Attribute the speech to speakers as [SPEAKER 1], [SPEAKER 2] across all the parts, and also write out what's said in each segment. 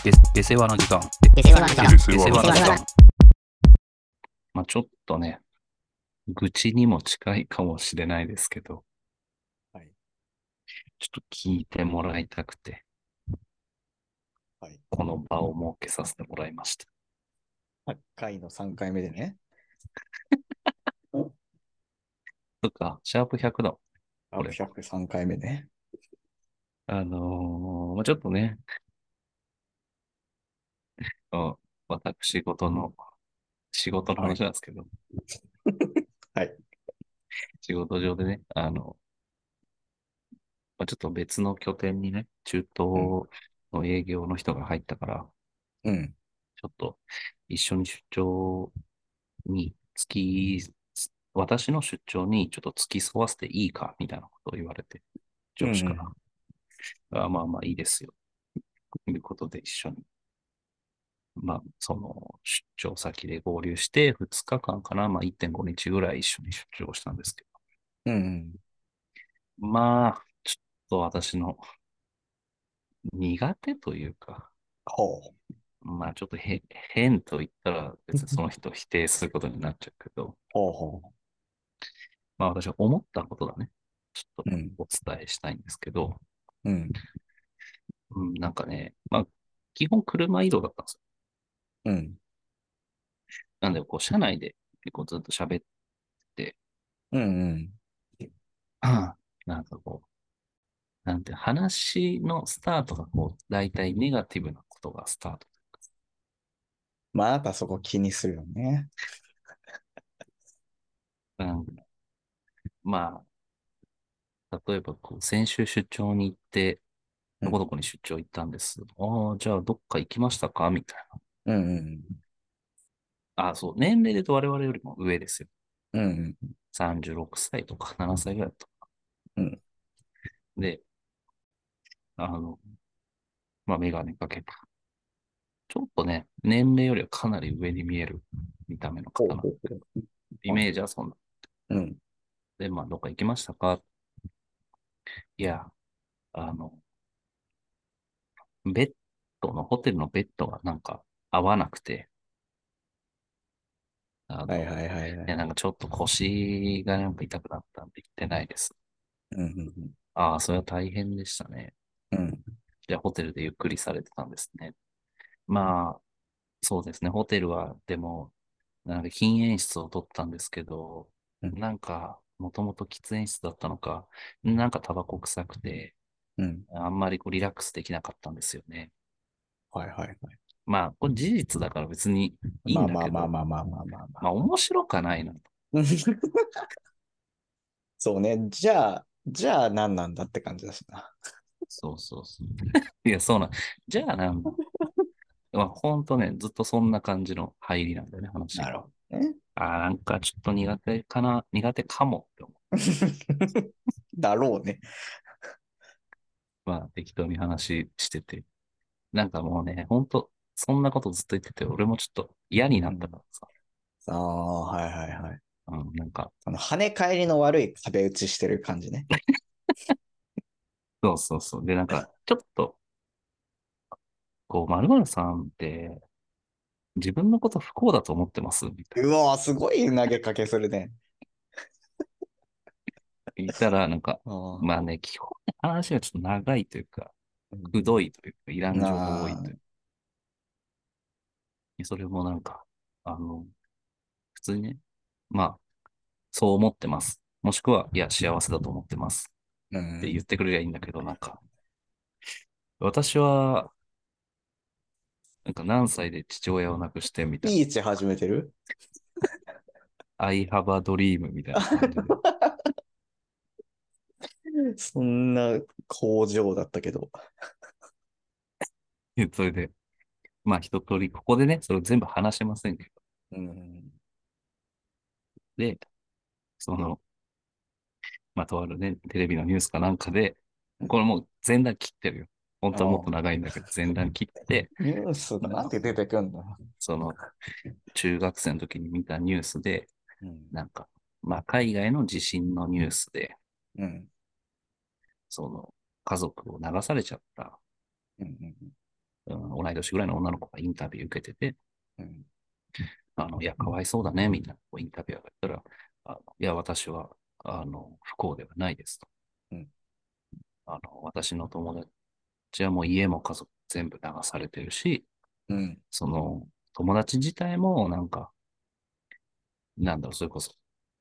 [SPEAKER 1] 出世話の時間。
[SPEAKER 2] 出世話の時間。
[SPEAKER 1] 出世話の時
[SPEAKER 2] 出世話の時間。
[SPEAKER 1] 間。まあちょっとね、愚痴にも近いかもしれないですけど、
[SPEAKER 2] はい。
[SPEAKER 1] ちょっと聞いてもらいたくて、
[SPEAKER 2] はい。
[SPEAKER 1] この場を設けさせてもらいました。
[SPEAKER 2] 回の3回目でね。
[SPEAKER 1] とか、シャープ100だ。これ。
[SPEAKER 2] 103回目ね。
[SPEAKER 1] まあちょっとね、あ私事の、仕事の
[SPEAKER 2] はい。
[SPEAKER 1] 話なんですけど、
[SPEAKER 2] はい。
[SPEAKER 1] 仕事上でね、まあ、ちょっと別の拠点にね、中東
[SPEAKER 2] うん。
[SPEAKER 1] の営業の人が入ったから、
[SPEAKER 2] うん。
[SPEAKER 1] ちょっと一緒に出張に私の出張にちょっと付き添わせていいかみたいなことを言われて、
[SPEAKER 2] うん。
[SPEAKER 1] 上司か
[SPEAKER 2] うん。
[SPEAKER 1] ら、まあまあいいですよ。ということで一緒に、まあその出張先で合流して2日間かな、まあ1.5日ぐらい一緒に出張したんですけ
[SPEAKER 2] うん。
[SPEAKER 1] ど、まあちょっと私の苦手というか、
[SPEAKER 2] ほ
[SPEAKER 1] まあちょっと変と言ったら
[SPEAKER 2] う。
[SPEAKER 1] 別にその人を否定することになっちゃうけど、
[SPEAKER 2] ほうほ
[SPEAKER 1] まあ私は思ったことだね。ちょっ
[SPEAKER 2] う。
[SPEAKER 1] と
[SPEAKER 2] うん。
[SPEAKER 1] お伝えしたいんですけど、
[SPEAKER 2] うん。
[SPEAKER 1] うん、なんかね、まあ基本車移動だったんですよ。
[SPEAKER 2] うん。
[SPEAKER 1] なんでこう車内で結構ずっと喋って、
[SPEAKER 2] うん。
[SPEAKER 1] なんかこう、なんて話のスタートがこう、大体ネガティブなことがスタート。
[SPEAKER 2] まあ、やっぱそこ気にするよね。
[SPEAKER 1] うん、まあ、例えばこう、先週出張に行って、
[SPEAKER 2] うん。
[SPEAKER 1] どこどこに出張行ったんです。ああ、じゃあどっか行きましたかみたいな。
[SPEAKER 2] うん。
[SPEAKER 1] あ、そう、年齢で言うと我々よりも上ですよ。
[SPEAKER 2] うん。
[SPEAKER 1] 36歳とか7歳ぐらいだった。
[SPEAKER 2] うん。
[SPEAKER 1] で、あの、まあ、メガネかけた。ちょっとね、年齢よりはかなり上に見える見た目の
[SPEAKER 2] ほ
[SPEAKER 1] 方な。
[SPEAKER 2] うほうほう。はい。
[SPEAKER 1] イメージはそんな。
[SPEAKER 2] うん。
[SPEAKER 1] で、まあ、どっか行きましたか？いや、あの、ホテルのベッドがなんか合わなくて、あの、
[SPEAKER 2] はいはいはいは
[SPEAKER 1] いや、
[SPEAKER 2] い。
[SPEAKER 1] なんかちょっと腰がなんか痛くなったんで行ってないです。
[SPEAKER 2] うん。
[SPEAKER 1] ああ、それは大変でしたね。
[SPEAKER 2] うん。
[SPEAKER 1] じゃあ、ホテルでゆっくりされてたんですね。まあ、そうですね。ホテルは、でも、なんか禁煙室を取ったんですけど、
[SPEAKER 2] うん。
[SPEAKER 1] なんか、もともと喫煙室だったのか、なんかタバコ臭くて、
[SPEAKER 2] うん。
[SPEAKER 1] あんまりこうリラックスできなかったんですよね。
[SPEAKER 2] はいはいはい。
[SPEAKER 1] まあ、これ事実だから別にいい
[SPEAKER 2] まあ
[SPEAKER 1] んだけど、
[SPEAKER 2] まあまあまあまあまあまあまあ。
[SPEAKER 1] まあ面白くはないなと。
[SPEAKER 2] そうね。じゃあ何なんだって感じだしな。
[SPEAKER 1] そうそうそう。いや、そうなん。じゃあなんだ。まあ、ほんとね、ずっとそんな感じの入りなんだよね、話が。
[SPEAKER 2] なるほどね。
[SPEAKER 1] なんかちょっと苦手かな、苦手かもって思う。
[SPEAKER 2] だろうね。
[SPEAKER 1] まあ、適当に話してて。なんかもうね、ほんと、そんなことずっと言ってて、俺もちょっと嫌になったか
[SPEAKER 2] うん。
[SPEAKER 1] らさ。
[SPEAKER 2] ああ、はいはいはい。
[SPEAKER 1] うん、なんか、
[SPEAKER 2] 跳ね返りの悪い壁打ちしてる感じね。
[SPEAKER 1] そうそうそう。で、なんか、ちょっと、こう、〇〇さんって、自分のこと不幸だと思ってますみたいな。
[SPEAKER 2] うわー、すごい投げかけするね。
[SPEAKER 1] 言ったら、なんか、
[SPEAKER 2] ああ、
[SPEAKER 1] まあね、基本話がちょっと長いというか、
[SPEAKER 2] う
[SPEAKER 1] くど
[SPEAKER 2] ん。
[SPEAKER 1] いというか、いらん情報多い
[SPEAKER 2] ああ、
[SPEAKER 1] というか、それもなんか、あの、普通にね、まあ、そう思ってます。もしくは、いや、幸せだと思ってます。って言っ
[SPEAKER 2] うん。
[SPEAKER 1] てくれりゃいいんだけど、なんか、私は、なんか何歳で父親を亡くしてみたいな、
[SPEAKER 2] いい位置始めてる。
[SPEAKER 1] I have a dream みたいな感じで。
[SPEAKER 2] そんな工場だったけど。
[SPEAKER 1] それで、まあ一通り、ここでね、それを全部話しませんけど。
[SPEAKER 2] うん。
[SPEAKER 1] で、その、まあとあるね、テレビのニュースかなんかで、これもう前段切ってるよ。本当はもっと
[SPEAKER 2] ああ、
[SPEAKER 1] 長いんだけど、前段切って、
[SPEAKER 2] ニュースだなって出てくんだ。
[SPEAKER 1] その、中学生の時に見たニュースで、
[SPEAKER 2] うん。
[SPEAKER 1] なんか、まあ海外の地震のニュースで、
[SPEAKER 2] うん。
[SPEAKER 1] その、家族を流されちゃった。
[SPEAKER 2] うん。
[SPEAKER 1] うん、 同い年ぐらいの女の子がインタビュー受けてて、
[SPEAKER 2] うん。
[SPEAKER 1] いや、かわいそうだね、みたいなこうインタビュアーが言ったら、いや、私は、不幸ではないですと。
[SPEAKER 2] うん。
[SPEAKER 1] 私の友達はもう家も家族全部流されてるし、
[SPEAKER 2] うん。
[SPEAKER 1] その、友達自体もなんか、なんだろう、それこそ、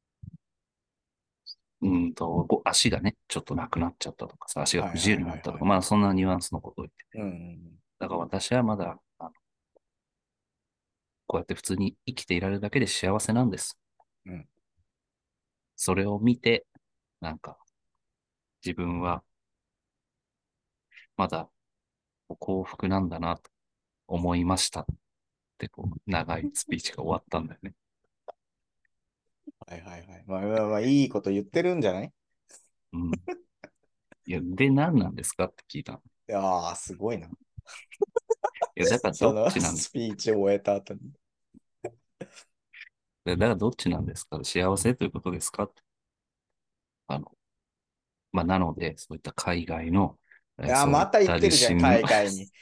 [SPEAKER 1] 足がね、ちょっとなくなっちゃったとかさ、足が不自由
[SPEAKER 2] はいはい
[SPEAKER 1] になったとか、
[SPEAKER 2] はいはい。
[SPEAKER 1] まあそんなニュアンスのことを言ってて。
[SPEAKER 2] うん。
[SPEAKER 1] だから私はまだ、こうやって普通に生きていられるだけで幸せなんです。
[SPEAKER 2] うん。
[SPEAKER 1] それを見て、なんか、自分はまだ幸福なんだなと思いましたって、こう、長いスピーチが終わったんだよね。
[SPEAKER 2] はいはいはい。まあまあまあ、いいこと言ってるんじゃない？
[SPEAKER 1] うん。いや、で、何なんですかって聞いたの。い
[SPEAKER 2] いやー、すごいな。
[SPEAKER 1] や、だからどっ
[SPEAKER 2] その
[SPEAKER 1] ちなん、
[SPEAKER 2] スピーチを終えた後に。
[SPEAKER 1] だからどっちなんですか、幸せということですかって。あの、まあ、なので、そういった海外の、
[SPEAKER 2] いやー、
[SPEAKER 1] そういっ
[SPEAKER 2] また言っ
[SPEAKER 1] た
[SPEAKER 2] てるじゃん、
[SPEAKER 1] 自信の、
[SPEAKER 2] 海外に。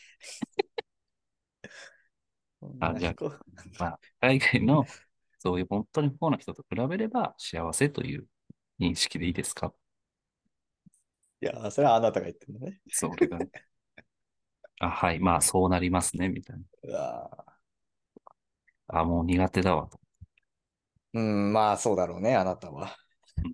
[SPEAKER 2] こんな
[SPEAKER 1] じゃあ、
[SPEAKER 2] こ
[SPEAKER 1] まあ、海外の、そういう本当に不幸な人と比べれば幸せという認識でいいですか？
[SPEAKER 2] いやー、それはあなたが言ってるのね。
[SPEAKER 1] それがね、はい、まあ、そうなりますね、みたいな。
[SPEAKER 2] うわ
[SPEAKER 1] もう苦手だわと。
[SPEAKER 2] ー、うん、まあそうだろうね、あなたは。
[SPEAKER 1] うん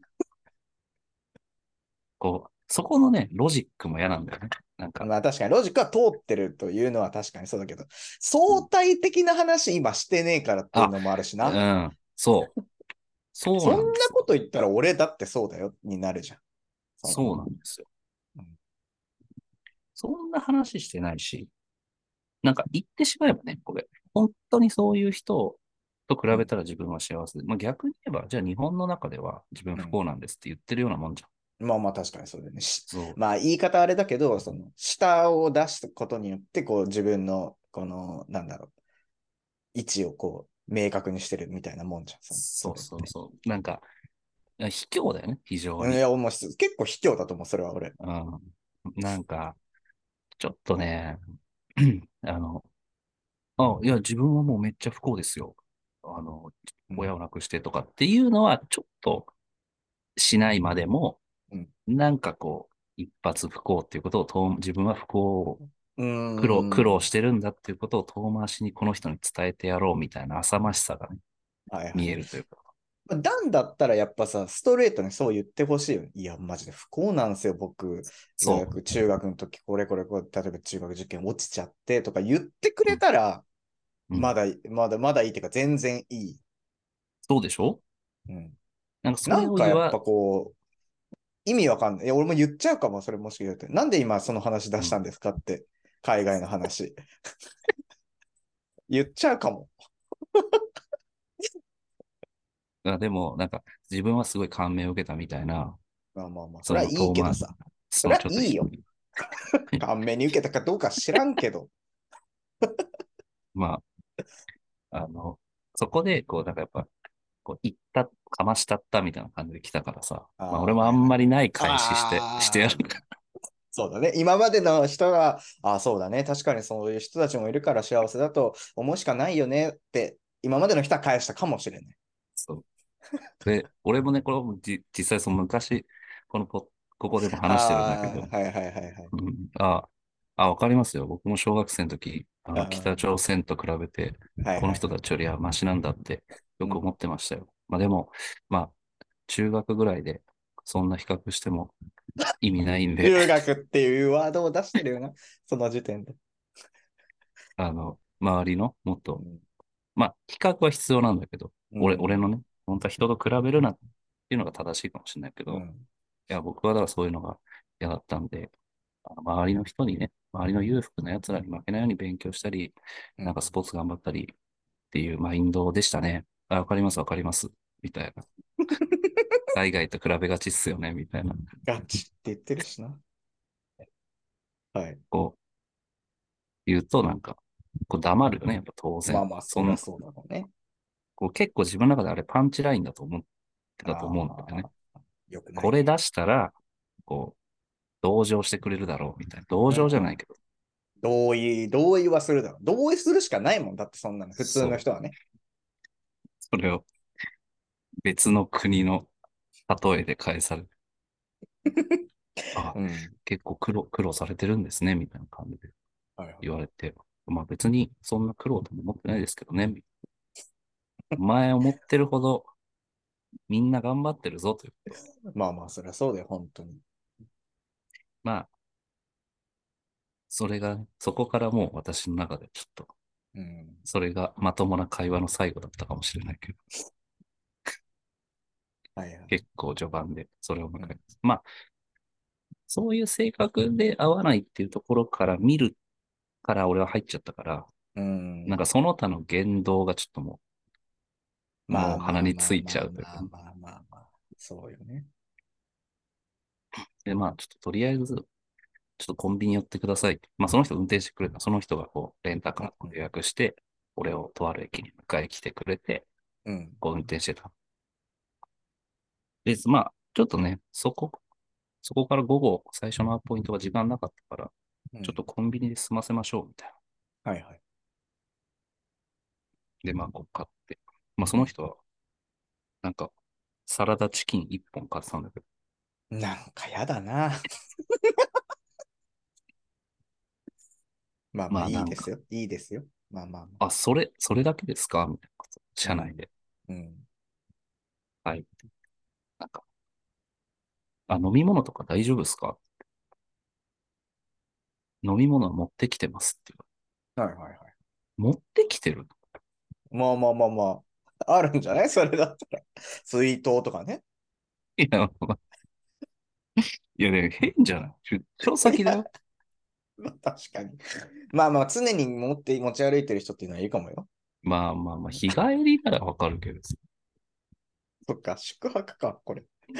[SPEAKER 1] こう、そこのね、ロジックも嫌なんだよね。なんか、
[SPEAKER 2] まあ確かにロジックは通ってるというのは確かにそうだけど、相
[SPEAKER 1] うん
[SPEAKER 2] 対的な話今してねえからっていう
[SPEAKER 1] あ、
[SPEAKER 2] のもあるし
[SPEAKER 1] う
[SPEAKER 2] な。
[SPEAKER 1] ん、そう、そう
[SPEAKER 2] そんな
[SPEAKER 1] なんですよ。
[SPEAKER 2] こと言ったら俺だってそうだよになるじゃん。その、
[SPEAKER 1] そうなんですよ。
[SPEAKER 2] うん、
[SPEAKER 1] そんな話してないし、なんか言ってしまえばね、これ、本当にそういう人と比
[SPEAKER 2] うん、
[SPEAKER 1] べたら自分は幸せで、まあ逆に言えば、じゃあ日本の中では自分
[SPEAKER 2] うん。
[SPEAKER 1] 不幸なんですって言ってるようなもんじゃん。
[SPEAKER 2] まあまあ確かにそうだよね。
[SPEAKER 1] そ
[SPEAKER 2] まあ言い方あれだけど、その、下を出すことによって、こう自分の、この、なんだろう、位置をこう、明確にしてるみたいなもんじゃん、そ
[SPEAKER 1] そう
[SPEAKER 2] れって。
[SPEAKER 1] そうそう。なんか、卑怯だよね、非常
[SPEAKER 2] うん、い
[SPEAKER 1] に。
[SPEAKER 2] や、もう結構卑怯だと思う、それは俺。
[SPEAKER 1] うん。なんか、ちょっとね、あの、いや、自分はもうめっちゃ不幸ですよ。あの、
[SPEAKER 2] うん、
[SPEAKER 1] 親を亡くしてとかっていうのは、ちょっとしないまでも、
[SPEAKER 2] うん。
[SPEAKER 1] なんかこう、一発不幸っていうことを自分は不幸、
[SPEAKER 2] うー
[SPEAKER 1] 苦労し
[SPEAKER 2] ん。
[SPEAKER 1] てるんだっていうことを遠回しにこの人に伝えてやろうみたいな浅ましさがね、見
[SPEAKER 2] はいはい。
[SPEAKER 1] えるというか。
[SPEAKER 2] まあダンだったらやっぱさ、ストレートにそう言ってほしいよね。いや、マジで不幸なんですよ、僕。大
[SPEAKER 1] そ
[SPEAKER 2] 学、中学の時、これこれこう、例えば中学受験落ちちゃってとか言ってく
[SPEAKER 1] う。うん。
[SPEAKER 2] れたら、
[SPEAKER 1] うん。
[SPEAKER 2] まだいいっていうか、全然いい。
[SPEAKER 1] そうでしょ？
[SPEAKER 2] うん。
[SPEAKER 1] なんかそれ
[SPEAKER 2] なん
[SPEAKER 1] を言わ、
[SPEAKER 2] かやっぱこう、意味わかんない。いや、俺も言っちゃうかも、それもし言うと。なんで今その話出
[SPEAKER 1] うん。
[SPEAKER 2] したんですかって。海外の話。言っちゃうかも。
[SPEAKER 1] でも、なんか自分はすごい感銘を受けたみたいな、
[SPEAKER 2] まあまあまあ、そ
[SPEAKER 1] そ
[SPEAKER 2] れはいい
[SPEAKER 1] の遠回、
[SPEAKER 2] けどさ。それは
[SPEAKER 1] そのちょっと
[SPEAKER 2] いいよ。感銘に受けたかどうか知らんけど。
[SPEAKER 1] まあ、そこで、こう、なんかやっぱ、こう、言った、かましたったみたいな感じで来たからさ、まあ、俺
[SPEAKER 2] ああ、
[SPEAKER 1] もあ
[SPEAKER 2] はいはいはい。
[SPEAKER 1] んまりない返ししてや
[SPEAKER 2] ああ、
[SPEAKER 1] るか
[SPEAKER 2] そうだね。今までの人が、ああ、そうだね。確かにそういう人たちもいるから幸せだと思うしかないよねって、今までの人は返したかもしれない。
[SPEAKER 1] そう。で、俺もね、これも実際その昔、このここでも話してるんだけど、
[SPEAKER 2] ああ、はいはいはいはい。
[SPEAKER 1] うん、わかりますよ。僕も小学生の時、北
[SPEAKER 2] あ
[SPEAKER 1] 朝鮮と比べて、
[SPEAKER 2] あ、はい
[SPEAKER 1] この
[SPEAKER 2] はいはい。
[SPEAKER 1] 人たちよりはマシなんだって
[SPEAKER 2] うん。
[SPEAKER 1] よく思ってましたよ。まあでも、まあ、中学ぐらいで、そんな比較しても意味ないんで、
[SPEAKER 2] 留学っていうワードを出してるよな。その時点で。
[SPEAKER 1] 周りのもっと、
[SPEAKER 2] うん。
[SPEAKER 1] まあ、比較は必要なんだけど、
[SPEAKER 2] う
[SPEAKER 1] 俺の
[SPEAKER 2] ん。
[SPEAKER 1] ね、本当は人と比べるなっていうのが正しいかもしれないけど、
[SPEAKER 2] うん。
[SPEAKER 1] いや、僕はだからそういうのが嫌だったんで、周りの人にね、周りの裕福な奴らに負けないように勉強したり、
[SPEAKER 2] うん。
[SPEAKER 1] なんかスポーツ頑張ったりっていうマインドでしたね。わかります、わかります。みたいな。海外と比べがちっすよね、みたいな。
[SPEAKER 2] ガチって言ってるしな。はい。
[SPEAKER 1] こう言うとなんか、こう黙るよね、やっぱ当然。
[SPEAKER 2] まあまあ、そりゃそうだろうね。
[SPEAKER 1] こう結構自分の中であれパンチラインだと思ってたと思うんだよね。
[SPEAKER 2] ああ、よくないね。
[SPEAKER 1] これ出したら、こう、同情してくれるだろう、みたいな。同
[SPEAKER 2] うんうん。
[SPEAKER 1] 情じゃないけど、
[SPEAKER 2] 同意はするだろう。同意するしかないもん。だってそんなの、普通の
[SPEAKER 1] そう。
[SPEAKER 2] 人はね。
[SPEAKER 1] それを別の国の例えで返される。あ、
[SPEAKER 2] うん。
[SPEAKER 1] 結構苦労されてるんですね、みたいな感じで
[SPEAKER 2] はいはい。
[SPEAKER 1] 言われて。まあ別にそんな苦労とも思ってないですけどね。前思ってるほどみんな頑張ってるぞということ。
[SPEAKER 2] まあまあ、そりゃそうだよ、本当に。
[SPEAKER 1] まあ、それがね、そこからもう私の中でちょっと、
[SPEAKER 2] うん。
[SPEAKER 1] それがまともな会話の最後だったかもしれないけど、
[SPEAKER 2] はいはい。
[SPEAKER 1] 結構序盤でそれを迎
[SPEAKER 2] うん。
[SPEAKER 1] えます。まあ、そういう性格で合わないっていうところから見るから俺は入っちゃったから、
[SPEAKER 2] うん。
[SPEAKER 1] なんかその他の言動がちょっともう
[SPEAKER 2] まあまあ
[SPEAKER 1] 鼻についち
[SPEAKER 2] まあまあ
[SPEAKER 1] ゃうというかね。
[SPEAKER 2] まあまあまあまあ。そうよね。
[SPEAKER 1] で、まあ、ちょっととりあえず、ちょっとコンビニ寄ってくださいって。まあ、その人運転してくれた。その人がこう、レンタカーを予
[SPEAKER 2] うん。
[SPEAKER 1] 約して、俺をとある駅に迎え来てくれて、
[SPEAKER 2] うん。
[SPEAKER 1] こう運転してた。で、まあ、ちょっとね、そこから午後、最初のポイントが時間なかったから、ちょっ
[SPEAKER 2] うん。
[SPEAKER 1] とコンビニで済ませましょう、みたいな。
[SPEAKER 2] はいはい。
[SPEAKER 1] で、まあ、こう買って。まあ、そ
[SPEAKER 2] うん。
[SPEAKER 1] の人は、なんか、サラダチキン1本買ってたんだけど、
[SPEAKER 2] なんかやだな。まあまあ
[SPEAKER 1] まあ、なんか、
[SPEAKER 2] いいですよ。いいですよ。まあまあま
[SPEAKER 1] あ、それだけですかみたいなこと。
[SPEAKER 2] あ。うん。
[SPEAKER 1] 車内で。
[SPEAKER 2] うん。
[SPEAKER 1] はい。なんか、あ、飲み物とか大丈夫ですか？飲み物は持ってきてますっていう。
[SPEAKER 2] はいはいはい。
[SPEAKER 1] 持ってきてる？
[SPEAKER 2] まあまあまあまあ。あるんじゃないそれだったら。水筒とかね。
[SPEAKER 1] いや、いやね、変じゃない？出張
[SPEAKER 2] いや、
[SPEAKER 1] 先だよ。
[SPEAKER 2] まあ確かに。まあまあ、常に持ち歩いてる人っていうのはいいかもよ。
[SPEAKER 1] まあまあまあ、日帰りならわかるけどさ。
[SPEAKER 2] そっか、宿泊か、これ。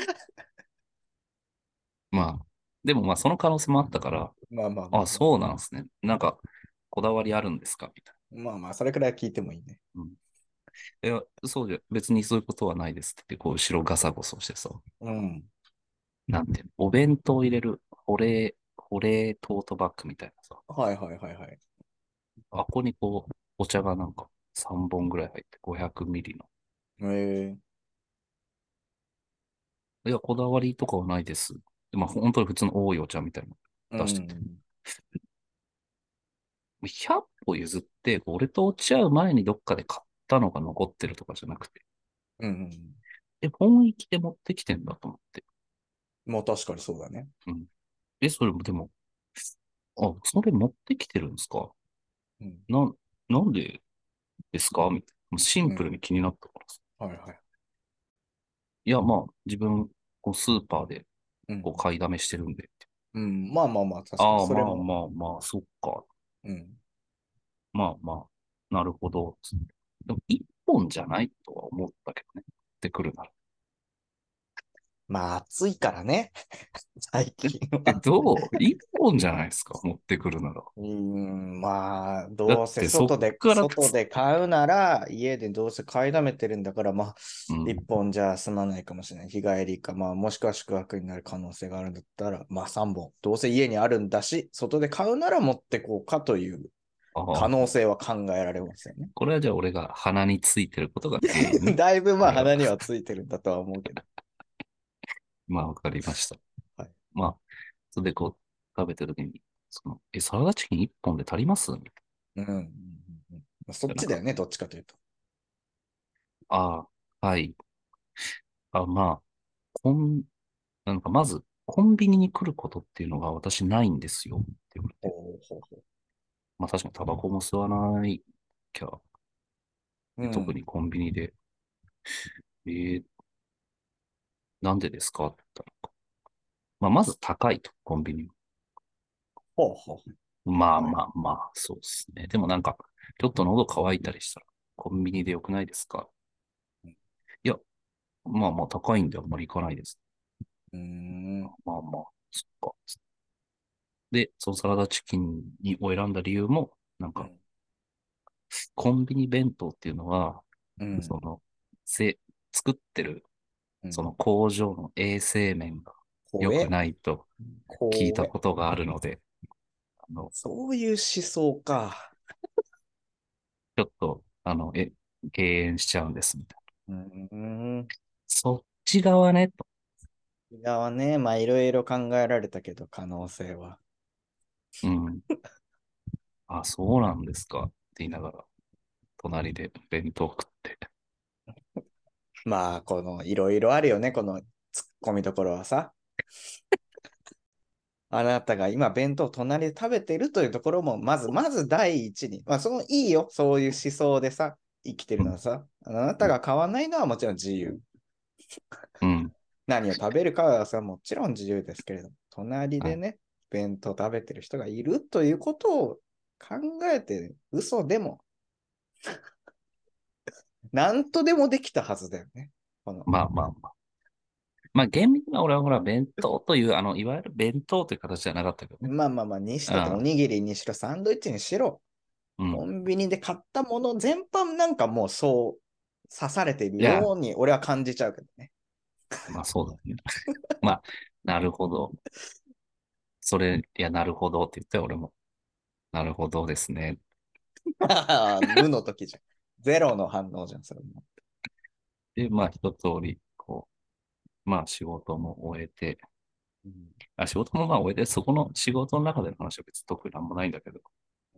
[SPEAKER 1] まあ、でもまあ、その可能性もあったから、
[SPEAKER 2] まあまあま
[SPEAKER 1] あ、
[SPEAKER 2] あまあ。
[SPEAKER 1] そうなんですね。なんか、こだわりあるんですかみたい
[SPEAKER 2] まあまあ、それくらい聞いてもいいね。
[SPEAKER 1] な。うん。いや、そうじゃ、別にそういうことはないですって言って、こう、後ろガサゴソしてさ、
[SPEAKER 2] うん。
[SPEAKER 1] なんていうの、お弁当を入れる保冷トートバッグみたいなさ、
[SPEAKER 2] はいはいはいはい。
[SPEAKER 1] あここにこう、お茶がなんか3本ぐらい入って500ミリの。
[SPEAKER 2] へえ。
[SPEAKER 1] いや、こだわりとかはないです。まあ、本当に普通の多いお茶みたいなの
[SPEAKER 2] う
[SPEAKER 1] 出してて。
[SPEAKER 2] ん。
[SPEAKER 1] 100歩譲って、俺と落ち合う前にどっかで買ったのが残ってるとかじゃなくて、
[SPEAKER 2] うん。
[SPEAKER 1] 本気で持ってきてんだと思って。
[SPEAKER 2] まあ確かにそうだね。
[SPEAKER 1] うん。それもでも、あ、それ持ってきてるんですか？
[SPEAKER 2] うん。
[SPEAKER 1] な、なんでですかみたいな。シンプル
[SPEAKER 2] うん。
[SPEAKER 1] に気になったからさ。
[SPEAKER 2] はいはい。
[SPEAKER 1] いや、まあ、自分、こうスーパーで、
[SPEAKER 2] うん。
[SPEAKER 1] こう、買いだめしてるんで。
[SPEAKER 2] うん。まあまあまあ、確かに。
[SPEAKER 1] ああ、まあ
[SPEAKER 2] それも。
[SPEAKER 1] まあまあ、そっか。
[SPEAKER 2] うん。
[SPEAKER 1] まあまあ、なるほど。でも、一本じゃないとは思ったけどね。ってくるなら。
[SPEAKER 2] まあ暑いからね。最近は。
[SPEAKER 1] どう一本じゃないですか、持ってくるなら。
[SPEAKER 2] まあ、
[SPEAKER 1] だっ
[SPEAKER 2] どうせ
[SPEAKER 1] てそっから
[SPEAKER 2] 外で買うなら、家でどうせ買いだめてるんだから、まあ、一
[SPEAKER 1] うん。
[SPEAKER 2] 本じゃ済まないかもしれない。日帰りか、まあ、もしくは宿泊になる可能性があるんだったら、まあ、三本。どうせ家にあるんだし、外で買うなら持ってこうかという
[SPEAKER 1] あ
[SPEAKER 2] 可能
[SPEAKER 1] あ、
[SPEAKER 2] 性は考えられますよね。
[SPEAKER 1] これはじゃあ俺が鼻についてることが原因ね。
[SPEAKER 2] だいぶまあ、
[SPEAKER 1] これは。
[SPEAKER 2] 鼻にはついてるんだとは思うけど。
[SPEAKER 1] まあ、わかりました。
[SPEAKER 2] はい。
[SPEAKER 1] まあ、それでこう、食べてる時に、サラダチキン一本で足りますみたい
[SPEAKER 2] うんうんうんうんまあそっ
[SPEAKER 1] な。なんか、
[SPEAKER 2] ちだよね、どっちかというと。
[SPEAKER 1] ああ、はい。あ、まあ、なんかまず、コンビニに来ることっていうのが私ないんですよって言われて。
[SPEAKER 2] ほうほうほ
[SPEAKER 1] まあ確かにタバコも吸わないきゃ、
[SPEAKER 2] う。う
[SPEAKER 1] で特に
[SPEAKER 2] ん。
[SPEAKER 1] コンビニで、えー、なんでですかって言ったら、まあまず高いと、コンビニ。
[SPEAKER 2] ほうほう。はい。
[SPEAKER 1] まあまあまあ、そうですね。でもなんか、ちょっと喉乾いたりしたら、コンビニでよくないですか？いや、まあまあ高いんであんまり行かないです。
[SPEAKER 2] うーん。
[SPEAKER 1] まあまあ、そっか。で、そのサラダチキンを選んだ理由も、なんか、
[SPEAKER 2] うん。
[SPEAKER 1] コンビニ弁当っていうのは、
[SPEAKER 2] うん。
[SPEAKER 1] その、せ、作ってる、その
[SPEAKER 2] うん。
[SPEAKER 1] 工場の衛生面が良く
[SPEAKER 2] 怖え。
[SPEAKER 1] ないと聞いた
[SPEAKER 2] 怖え。
[SPEAKER 1] ことがあるので、
[SPEAKER 2] そういう思想か。
[SPEAKER 1] ちょっと、敬遠しちゃうんです、みたいな。
[SPEAKER 2] うーん。
[SPEAKER 1] そっち側ね、と。
[SPEAKER 2] 側はね、まあいろいろ考えられたけど、可能性は。
[SPEAKER 1] うん。あ、そうなんですか。って言いながら、隣で弁当食って。
[SPEAKER 2] まあ、このいろいろあるよね、このツッコミどころはさ。あなたが今弁当を隣で食べてるというところも、まず第一に。まあ、そのいいよ、そういう思想でさ、生きてる
[SPEAKER 1] うん。
[SPEAKER 2] のはさ。あなたが買わないのはもちろん自由。
[SPEAKER 1] うん。
[SPEAKER 2] 何を食べるかはさ、もちろん自由ですけれども、隣
[SPEAKER 1] はい。
[SPEAKER 2] でね、弁当食べてる人がいるということを考えて、嘘でも、何とでもできたはずだよね。この、
[SPEAKER 1] まあまあまあ。まあ厳密な俺はほら、弁当という、いわゆる弁当という形じゃなかったけどね。
[SPEAKER 2] まあまあまあ、にしたってお
[SPEAKER 1] ああ、
[SPEAKER 2] にぎりにしろ、サンドイッチにしろ、
[SPEAKER 1] うん。
[SPEAKER 2] コンビニで買ったもの全般なんかもうそう刺されている
[SPEAKER 1] いや、
[SPEAKER 2] ように俺は感じちゃうけどね。
[SPEAKER 1] まあそうだね。まあ、なるほど。いや、なるほどって言って、俺も、なるほどですね。
[SPEAKER 2] 無の時じゃん。ゼロの反応じゃん、それも。
[SPEAKER 1] で、まあ一通り、まあ仕事も終えて、
[SPEAKER 2] うん。
[SPEAKER 1] 仕事もまあ終えて、そこの仕事の中での話は別に特になんもないんだけど、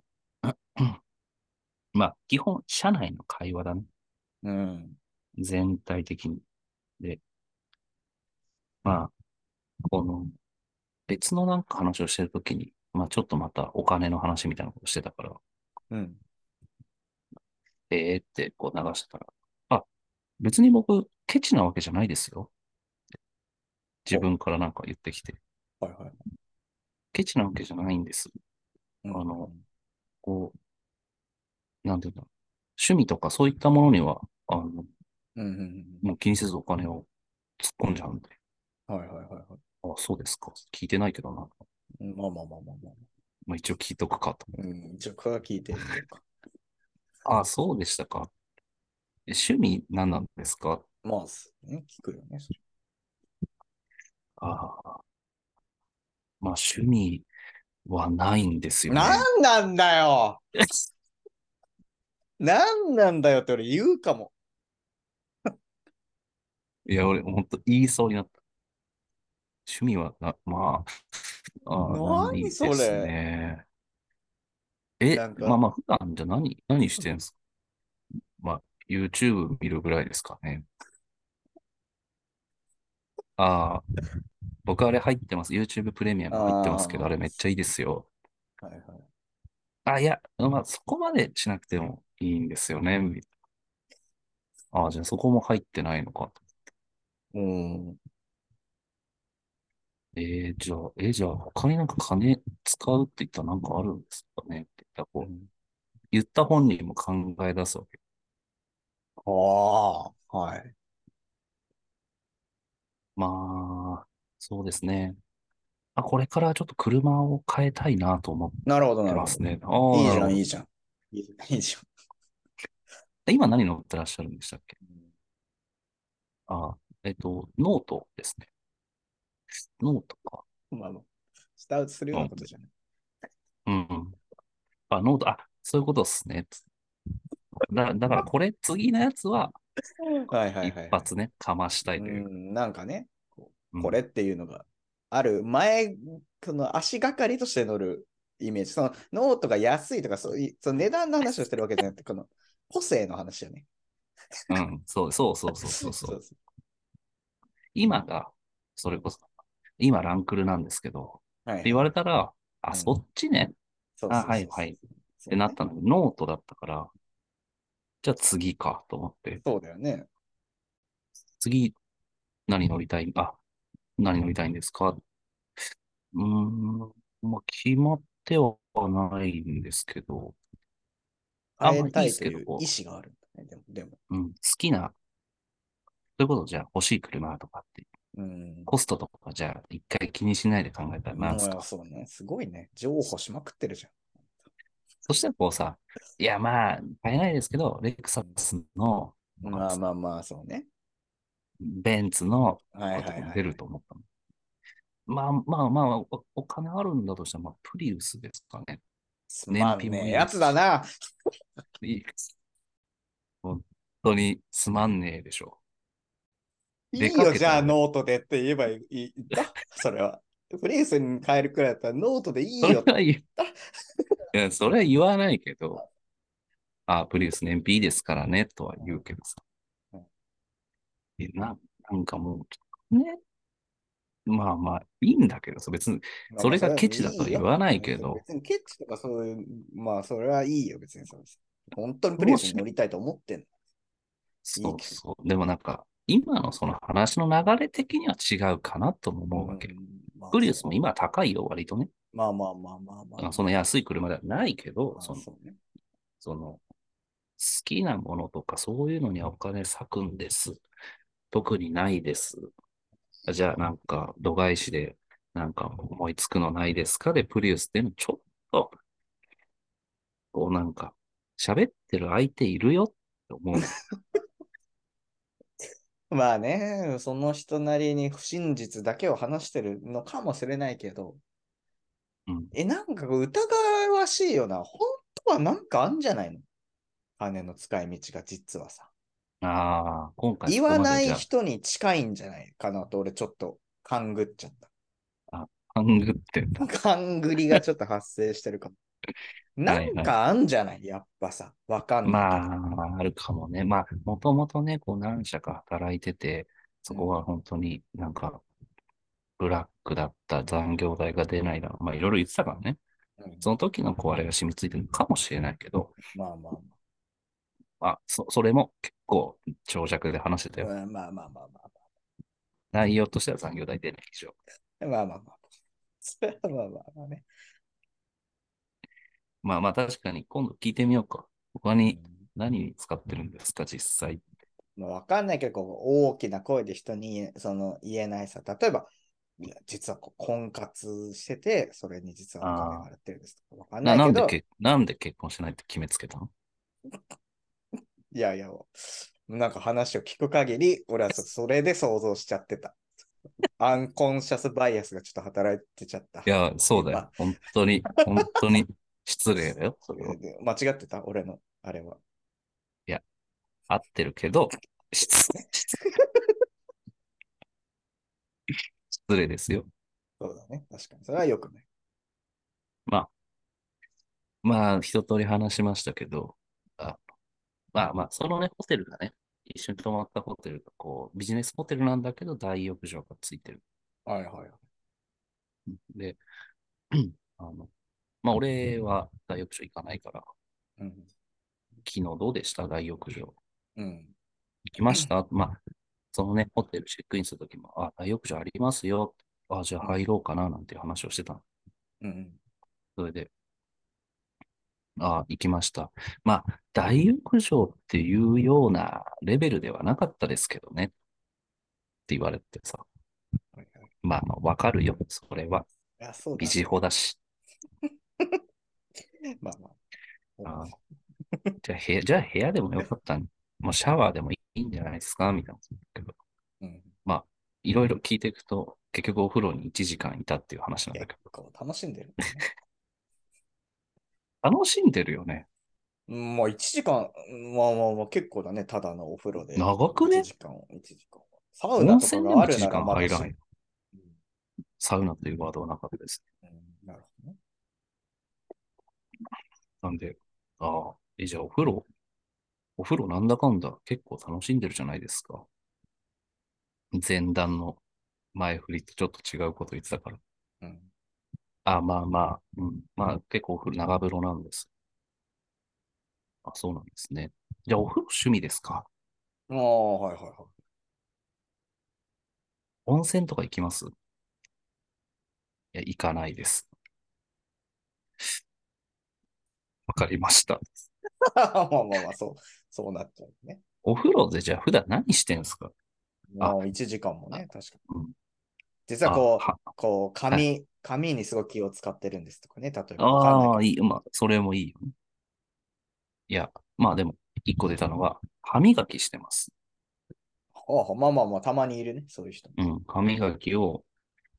[SPEAKER 1] まあ基本、社内の会話だね。
[SPEAKER 2] うん。
[SPEAKER 1] 全体的に。で、まあ、この別のなんか話をしてるときに、まあちょっとまたお金の話みたいなことしてたから、
[SPEAKER 2] うん。
[SPEAKER 1] ってこう流してたら、あ、別に僕、ケチなわけじゃないですよ。自
[SPEAKER 2] お、
[SPEAKER 1] 分からなんか言ってきて。
[SPEAKER 2] はいはい。
[SPEAKER 1] ケチなわけじゃないんです。
[SPEAKER 2] うん。
[SPEAKER 1] あの、こなんていうんだろう。趣味とかそういったものには、
[SPEAKER 2] うん。うん。うん。
[SPEAKER 1] もう気にせずお金を突っ込んじゃうんで。
[SPEAKER 2] はいはいはいはい。
[SPEAKER 1] あ、そうですか。聞いてないけどな。
[SPEAKER 2] まあまあまあまあまあ。
[SPEAKER 1] まあ一応聞いとくかと。
[SPEAKER 2] うん。一応、これは聞いてみようか。
[SPEAKER 1] あ、そうでしたか。趣味何なんですか？
[SPEAKER 2] まあ、ね、聞くよね。
[SPEAKER 1] ああ、まあ趣味はないんですよ
[SPEAKER 2] な
[SPEAKER 1] ね。
[SPEAKER 2] んなんだよ。なんなんだよって俺言うかも。
[SPEAKER 1] いや、俺、本当言いそうになった。趣味はまない
[SPEAKER 2] 何
[SPEAKER 1] です
[SPEAKER 2] それ。
[SPEAKER 1] ね。
[SPEAKER 2] なんか、
[SPEAKER 1] まあまあ、普段じゃ何してんすか？まあ、YouTube 見るぐらいですかね。ああ、僕あれ入ってます。YouTube プレミアム入ってますけど、あ
[SPEAKER 2] ああ、
[SPEAKER 1] れめっちゃいいですよ。
[SPEAKER 2] はいはい。
[SPEAKER 1] あ、いや、まあ、そこまでしなくてもいいんですよね。じゃあそこも入ってないのかと。
[SPEAKER 2] うん。
[SPEAKER 1] じゃあ他になんか金使うって言ったらなんかあるんですかねって言ったら言った本人も考え出すわけ。
[SPEAKER 2] ああ、はい。
[SPEAKER 1] まあ、そうですね。これからちょっと車を変えたいなと思っ
[SPEAKER 2] なるほど、なるほど。
[SPEAKER 1] てますね。
[SPEAKER 2] いいじゃん、い
[SPEAKER 1] なるほど。
[SPEAKER 2] いじゃん。いいじゃん、いいじ
[SPEAKER 1] 今何乗ってらっしゃるんでしたっけ？
[SPEAKER 2] ゃん。
[SPEAKER 1] ノートですね。ノートか。
[SPEAKER 2] まあまあ、舌打ちするような
[SPEAKER 1] うん。
[SPEAKER 2] ことじゃない。
[SPEAKER 1] うん。ノート、そういうことですね。だからこれ、次のやつは、
[SPEAKER 2] はいはい
[SPEAKER 1] 一
[SPEAKER 2] はいはい。
[SPEAKER 1] 発ね、かましたいというか。
[SPEAKER 2] うん、なんかね、
[SPEAKER 1] うん。
[SPEAKER 2] これっていうのがある前、その足がかりとして乗るイメージ。そのノートが安いとか、そういう、その値段の話をしてるわけじゃなくて、この個性の話よね。
[SPEAKER 1] うん。そうそう。
[SPEAKER 2] そうそう。
[SPEAKER 1] 今が、それこそ、今ランクルなんですけど、って言わ
[SPEAKER 2] はいはいはい。
[SPEAKER 1] れたら、そ
[SPEAKER 2] うん。
[SPEAKER 1] っちね。
[SPEAKER 2] そうそうそうそう。
[SPEAKER 1] はいはい。って
[SPEAKER 2] そうね。
[SPEAKER 1] なったので、ノートだったから、じゃあ次かと思って、
[SPEAKER 2] そうだよね。
[SPEAKER 1] 次何乗りたい何乗りたいんですか？まあ、決まってはないんですけど、まあいい
[SPEAKER 2] 変えたい
[SPEAKER 1] ですけど、
[SPEAKER 2] という意思があるんだね。でも。
[SPEAKER 1] 好きな、そういうことじゃあ欲しい車とかって、
[SPEAKER 2] うん。
[SPEAKER 1] コストとかじゃあ一回気にしないで考えたらなんす
[SPEAKER 2] まあ、
[SPEAKER 1] か？
[SPEAKER 2] そうね。すごいね。譲歩しまくってるじゃん。
[SPEAKER 1] そしたらこうさ、いやまあ、買えないですけど、レクサスの、
[SPEAKER 2] まあまあまあ、そうね。
[SPEAKER 1] ベンツの
[SPEAKER 2] はい
[SPEAKER 1] とか
[SPEAKER 2] はいはいはい。
[SPEAKER 1] も出ると思ったの。 お金あるんだとしたら、まあ、プリウスですかね。
[SPEAKER 2] つ
[SPEAKER 1] 燃費も
[SPEAKER 2] まんねえや
[SPEAKER 1] いいですし。
[SPEAKER 2] つだな。
[SPEAKER 1] いいです。本当につまんねえでしょ。出か
[SPEAKER 2] いいよ、じゃあ
[SPEAKER 1] けたら俺、
[SPEAKER 2] ノートでって言えばいいんだ。それは。プリウスに変えるくらいだったらノートでいい
[SPEAKER 1] それ
[SPEAKER 2] よって
[SPEAKER 1] は言う、い
[SPEAKER 2] 言っ
[SPEAKER 1] や、それは言わないけど、あ、プリウス燃費いいですからね、とは言うけどさ。
[SPEAKER 2] た。
[SPEAKER 1] なんかもう、ね、まあまあ、いいんだけどさ、別に、
[SPEAKER 2] まあまあ、
[SPEAKER 1] それ
[SPEAKER 2] それはい
[SPEAKER 1] がケチだとは
[SPEAKER 2] いよ。
[SPEAKER 1] 言わない
[SPEAKER 2] 別に
[SPEAKER 1] けど、
[SPEAKER 2] ケッチとかそういう、まあ、それはいいよ、別にそうです。本当にプリウスに
[SPEAKER 1] もし、
[SPEAKER 2] 乗りたいと思ってんの。いいけど。
[SPEAKER 1] そうそう。でもなんか、今のその話の流れ的には違うかなとも
[SPEAKER 2] う
[SPEAKER 1] 思うわけよ。
[SPEAKER 2] ん、まあ、
[SPEAKER 1] プリウスも
[SPEAKER 2] そ
[SPEAKER 1] 今は高いよ、割とね。
[SPEAKER 2] う。まあまあまあまあまあま
[SPEAKER 1] その安い車ではないけど、
[SPEAKER 2] あ。まあ、そうね。
[SPEAKER 1] 好きなものとかそういうのにはお金割くんです。特にないです。じゃあなんか度外視でなんか思いつくのないですかでプリウスっていうのちょっと、こうなんか喋ってる相手いるよって思うのよ。
[SPEAKER 2] まあね、その人なりに不真実だけを話してるのかもしれないけど、
[SPEAKER 1] うん。
[SPEAKER 2] なんかこう疑わしいよな。本当はなんかあんじゃないの？金の使い道が実はさ。
[SPEAKER 1] ああ、今回そこ
[SPEAKER 2] 言わな
[SPEAKER 1] までじゃ
[SPEAKER 2] い人に近いんじゃないかなと俺ちょっと勘ぐっちゃった。
[SPEAKER 1] あ、ハングってんだ。
[SPEAKER 2] 勘ぐりがちょっと発生してるかも。な
[SPEAKER 1] はいはい。
[SPEAKER 2] んかあんじゃない？やっぱさ。わかんないけど。
[SPEAKER 1] まあ、あるかもね。まあ、もともとね、こう何社か働いてて、そこは
[SPEAKER 2] うん。
[SPEAKER 1] 本当になんかブラックだった残業代が出ないだろう。まあ、いろいろ言ってたからね。
[SPEAKER 2] うん、
[SPEAKER 1] その時のこうあれが染みついてるのかもしれないけど、
[SPEAKER 2] まあまあま
[SPEAKER 1] それも結構長尺で話してた
[SPEAKER 2] あ。
[SPEAKER 1] よ。
[SPEAKER 2] うん、まあまあまあま
[SPEAKER 1] 内容としては残業代出ない以上。
[SPEAKER 2] あ。まあまあまあ。それはまあまあまあね。
[SPEAKER 1] まあまあ確かに今度聞いてみようか。他に
[SPEAKER 2] うん、
[SPEAKER 1] 何に使ってるんですか、実際。
[SPEAKER 2] まあ、わかんないけど、こう大きな声で人に言えないさ。例えば、いや、実は婚活してて、それに実はお金
[SPEAKER 1] ああ、
[SPEAKER 2] 払ってるんですとか。わかんないけど、
[SPEAKER 1] なんで結婚しないって決めつけたの？
[SPEAKER 2] いやいや、なんか話を聞く限り、俺はそれで想像しちゃってた。アンコンシャスバイアスがちょっと働いてちゃった。
[SPEAKER 1] いや、そうだよ。
[SPEAKER 2] 今。
[SPEAKER 1] 本当に失礼だよ、それは。
[SPEAKER 2] 間違ってた俺の、あれは。
[SPEAKER 1] いや、合ってるけど、
[SPEAKER 2] ね。
[SPEAKER 1] 失礼ですよ。
[SPEAKER 2] そうだね。確かに。それはよくない。
[SPEAKER 1] まあ、まあ、一通り話しましたけど、あまあまあ、そのね、ホテルがね、一緒に泊まったホテルが、こう、ビジネスホテルなんだけど、大浴場がついてる。
[SPEAKER 2] はいはいはい。
[SPEAKER 1] で、あの、まあ、俺は大浴場行かないから、
[SPEAKER 2] うん。
[SPEAKER 1] 昨日どうでした大浴場。
[SPEAKER 2] うん。
[SPEAKER 1] 行きましたまあ、そのね、ホテルチェックインするときも、あ、大浴場ありますよ。あ、じゃあ
[SPEAKER 2] うん。
[SPEAKER 1] 入ろうかな、なんていう話をしてたの。
[SPEAKER 2] うん。
[SPEAKER 1] それで、あ、行きました。まあ、大浴場っていうようなレベルではなかったですけどね、って言われてさ。
[SPEAKER 2] はいはい。
[SPEAKER 1] わかるよ。それは。
[SPEAKER 2] いや、そう
[SPEAKER 1] ビ
[SPEAKER 2] だろうね。
[SPEAKER 1] ジホだし。
[SPEAKER 2] まあまあ。うん。
[SPEAKER 1] あ、じゃあ部屋でもよかったん、もうシャワーでもいいんじゃないですかみたいなこと言ったけど。
[SPEAKER 2] うん。
[SPEAKER 1] まあ、いろいろ聞いていくと、結局お風呂に1時間いたっていう話なんだ
[SPEAKER 2] 結
[SPEAKER 1] けど。
[SPEAKER 2] 構楽しんでるね。
[SPEAKER 1] 楽しんでるよね。
[SPEAKER 2] まあ、1時間、まあまあまあ、結構だね。ただのお風呂で1
[SPEAKER 1] 長くね？
[SPEAKER 2] 時間、1時間。サウナ
[SPEAKER 1] 温
[SPEAKER 2] とか
[SPEAKER 1] 泉でも1
[SPEAKER 2] があるなら
[SPEAKER 1] 時間
[SPEAKER 2] まだしも。
[SPEAKER 1] 入らない。サウナというワードはなかったです。
[SPEAKER 2] うん、なるほどね。
[SPEAKER 1] なんで、ああ、じゃあお風呂なんだかんだ結構楽しんでるじゃないですか。前段の前振りとちょっと違うこと言ってたから。
[SPEAKER 2] うん。
[SPEAKER 1] うん。まあ結構お風呂長風呂なんです。あ、そうなんですね。じゃあお風呂趣味ですか？
[SPEAKER 2] ああ、はいはいはい。
[SPEAKER 1] 温泉とか行きます？いや、行かないです。わかりました。
[SPEAKER 2] まあまあまあ、そうなっちゃうね。
[SPEAKER 1] お風呂でじゃあ普段何してんすか？あ、
[SPEAKER 2] もう1時間も
[SPEAKER 1] あ
[SPEAKER 2] ね、確かに。
[SPEAKER 1] うん、
[SPEAKER 2] 実はこう、
[SPEAKER 1] は、はい。
[SPEAKER 2] 髪にすごい気を使ってるんですとかね。例えばわかんない
[SPEAKER 1] ああ、
[SPEAKER 2] けど。
[SPEAKER 1] いい。まあ、それもいいよね。いや、まあでも、一個出たのは、歯磨きしてます。
[SPEAKER 2] ああ、まあまあまあ、たまにいるね、そういう人も。
[SPEAKER 1] うん、歯磨きを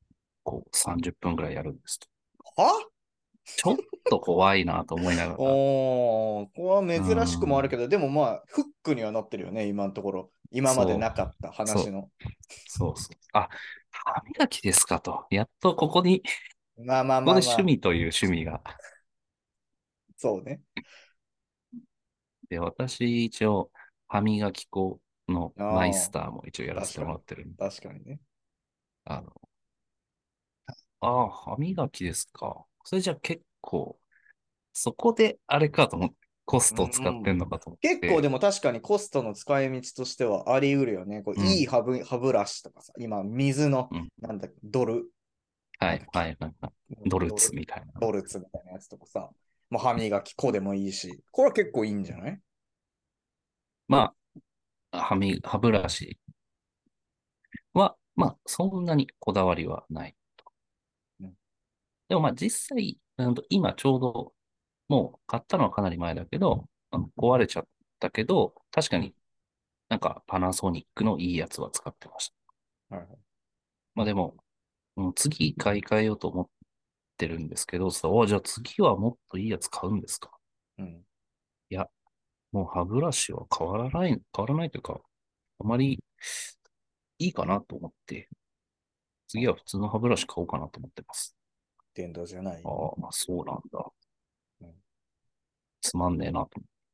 [SPEAKER 1] こう30分ぐらいやるんですと。
[SPEAKER 2] は
[SPEAKER 1] ちょっと怖いなと思いながら。
[SPEAKER 2] おー、これ
[SPEAKER 1] う
[SPEAKER 2] は珍しくもあるけ
[SPEAKER 1] ん。
[SPEAKER 2] ど、でもまあ、フックにはなってるよね、今のところ。今まで
[SPEAKER 1] そう。
[SPEAKER 2] なかった話
[SPEAKER 1] そう。
[SPEAKER 2] の。
[SPEAKER 1] そうそう。あ、歯磨きですかと。やっとここに、こ
[SPEAKER 2] まあまあ
[SPEAKER 1] こで
[SPEAKER 2] まあまあ、
[SPEAKER 1] 趣味という趣味が。
[SPEAKER 2] そうね。
[SPEAKER 1] で、私一応歯磨き粉のマイス
[SPEAKER 2] あ
[SPEAKER 1] ターも一応や
[SPEAKER 2] あ、
[SPEAKER 1] らせて
[SPEAKER 2] 確かに。
[SPEAKER 1] もらってるんで。
[SPEAKER 2] 確かにね。
[SPEAKER 1] あの、ああ、歯磨きですか。それじゃあ結構、そこであれかと思って、コス
[SPEAKER 2] う
[SPEAKER 1] トを使って
[SPEAKER 2] ん。
[SPEAKER 1] んのかと思っ
[SPEAKER 2] 結構で
[SPEAKER 1] て、
[SPEAKER 2] も確かにコストの使い道としてはあり得るよね。こう
[SPEAKER 1] うん、
[SPEAKER 2] いい歯ブラシとかさ、今、水の、
[SPEAKER 1] うん。
[SPEAKER 2] なんだっけ、ドル、
[SPEAKER 1] はい、
[SPEAKER 2] なんだっけ、
[SPEAKER 1] はい、はい、はい。ドルツ
[SPEAKER 2] ドル、
[SPEAKER 1] みたいな。
[SPEAKER 2] ドルツみたいなやつとかさ、もう歯磨き粉でもいいし、これは結構いいんじゃない？
[SPEAKER 1] まあ、歯ブラシは、まあ、そんなにこだわりはない。
[SPEAKER 2] うん。
[SPEAKER 1] でもまあ実際、今ちょうど、もう買ったのはかなり前だけど、壊れちゃったけど、確か
[SPEAKER 2] うん。
[SPEAKER 1] になんかパナソニックのいいやつは使ってました。
[SPEAKER 2] はいはい。
[SPEAKER 1] まあでも、次買い替えようと思ってるんですけど、じゃあ次はもっといいやつ買うんですか？
[SPEAKER 2] うん。
[SPEAKER 1] いや、もう歯ブラシは変わらないというか、あまりいいかなと思って、
[SPEAKER 2] あ、
[SPEAKER 1] 次は普通の歯ブラシ買おうかなと思ってます。
[SPEAKER 2] 電動じゃない？
[SPEAKER 1] ああ、そうなんだ。
[SPEAKER 2] うん。
[SPEAKER 1] つまんねえなと。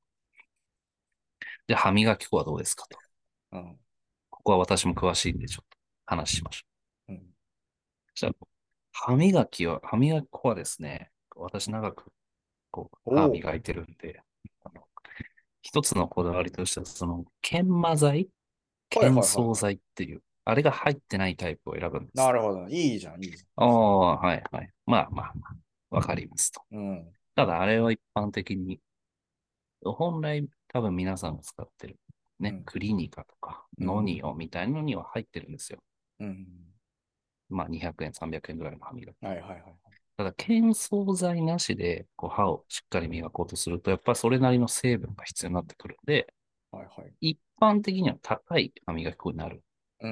[SPEAKER 1] じゃあ歯磨き粉はどうですかと。
[SPEAKER 2] うん。
[SPEAKER 1] ここは私も詳しいんで、ちょっと話しましょう。
[SPEAKER 2] うん。
[SPEAKER 1] じゃあ、歯磨き粉はですね、私長く歯
[SPEAKER 2] おお。
[SPEAKER 1] 磨いてるんで、あの一つのこだわりとしては、研磨剤、
[SPEAKER 2] はい
[SPEAKER 1] 懸装
[SPEAKER 2] はいはいはい。
[SPEAKER 1] 剤っていう、あれが入ってないタイプを選ぶんです。
[SPEAKER 2] なるほど。いいじゃん、いいじ
[SPEAKER 1] ああ、はいはい。まあまあまあ、わかりますと。
[SPEAKER 2] ゃん。うん。
[SPEAKER 1] ただ、あれは一般的に、本来多分皆さんが使ってる、ね、
[SPEAKER 2] うん。
[SPEAKER 1] クリニカとか、
[SPEAKER 2] うん。
[SPEAKER 1] ノニオみたいなのには入ってるんですよ。
[SPEAKER 2] うん。
[SPEAKER 1] まあ、200円、300円ぐらいの歯磨き粉。
[SPEAKER 2] はいはいはい。
[SPEAKER 1] ただ、懸装剤なしで、歯をしっかり磨こうとすると、やっぱりそれなりの成分が必要になってくるんで、
[SPEAKER 2] はいはい。
[SPEAKER 1] 一般的には高い歯磨き粉になる。
[SPEAKER 2] うん。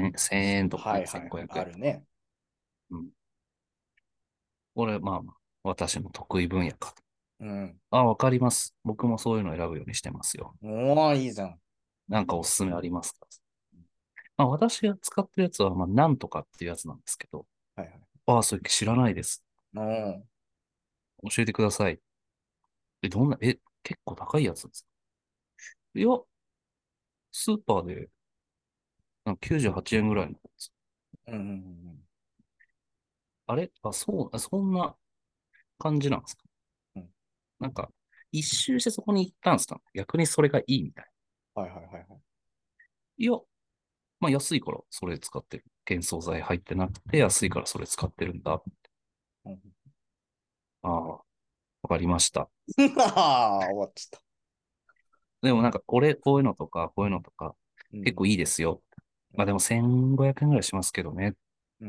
[SPEAKER 1] 1000円とかね、
[SPEAKER 2] はいはいはい。
[SPEAKER 1] 1500円とか。
[SPEAKER 2] あるね。
[SPEAKER 1] うん。これ、まあまあ、私の得意分野かと。
[SPEAKER 2] うん。
[SPEAKER 1] あ、わかります。僕もそういうのを選ぶようにしてますよ。
[SPEAKER 2] おお、いいじゃん。
[SPEAKER 1] なんかおすすめありますか？まあ、私が使ってるやつは、まあ、なんとかっていうやつなんですけど、
[SPEAKER 2] はいはい。
[SPEAKER 1] ああ、それ知らないです。
[SPEAKER 2] うん。
[SPEAKER 1] 教えてください。結構高いやつですか？いや、スーパーでなんか98円ぐらいのやつ。
[SPEAKER 2] うんうん
[SPEAKER 1] あれあ、そんな感じなんですか？
[SPEAKER 2] うんうん。
[SPEAKER 1] なんか、一周してそこに行ったんですか？逆にそれがいいみたい。
[SPEAKER 2] はいはいはいはい。
[SPEAKER 1] いや、まあ安いからそれ使ってる。懸装剤入ってなくて安いからそれ使ってるんだ。
[SPEAKER 2] うん。
[SPEAKER 1] ああ、わかりました。
[SPEAKER 2] ああ、終わっちゃった。
[SPEAKER 1] でもなんか、こういうのとか、こういうのとか、
[SPEAKER 2] うん。
[SPEAKER 1] 結構いいですよ。
[SPEAKER 2] うん。
[SPEAKER 1] まあでも1500円ぐらいしますけどね。
[SPEAKER 2] うん。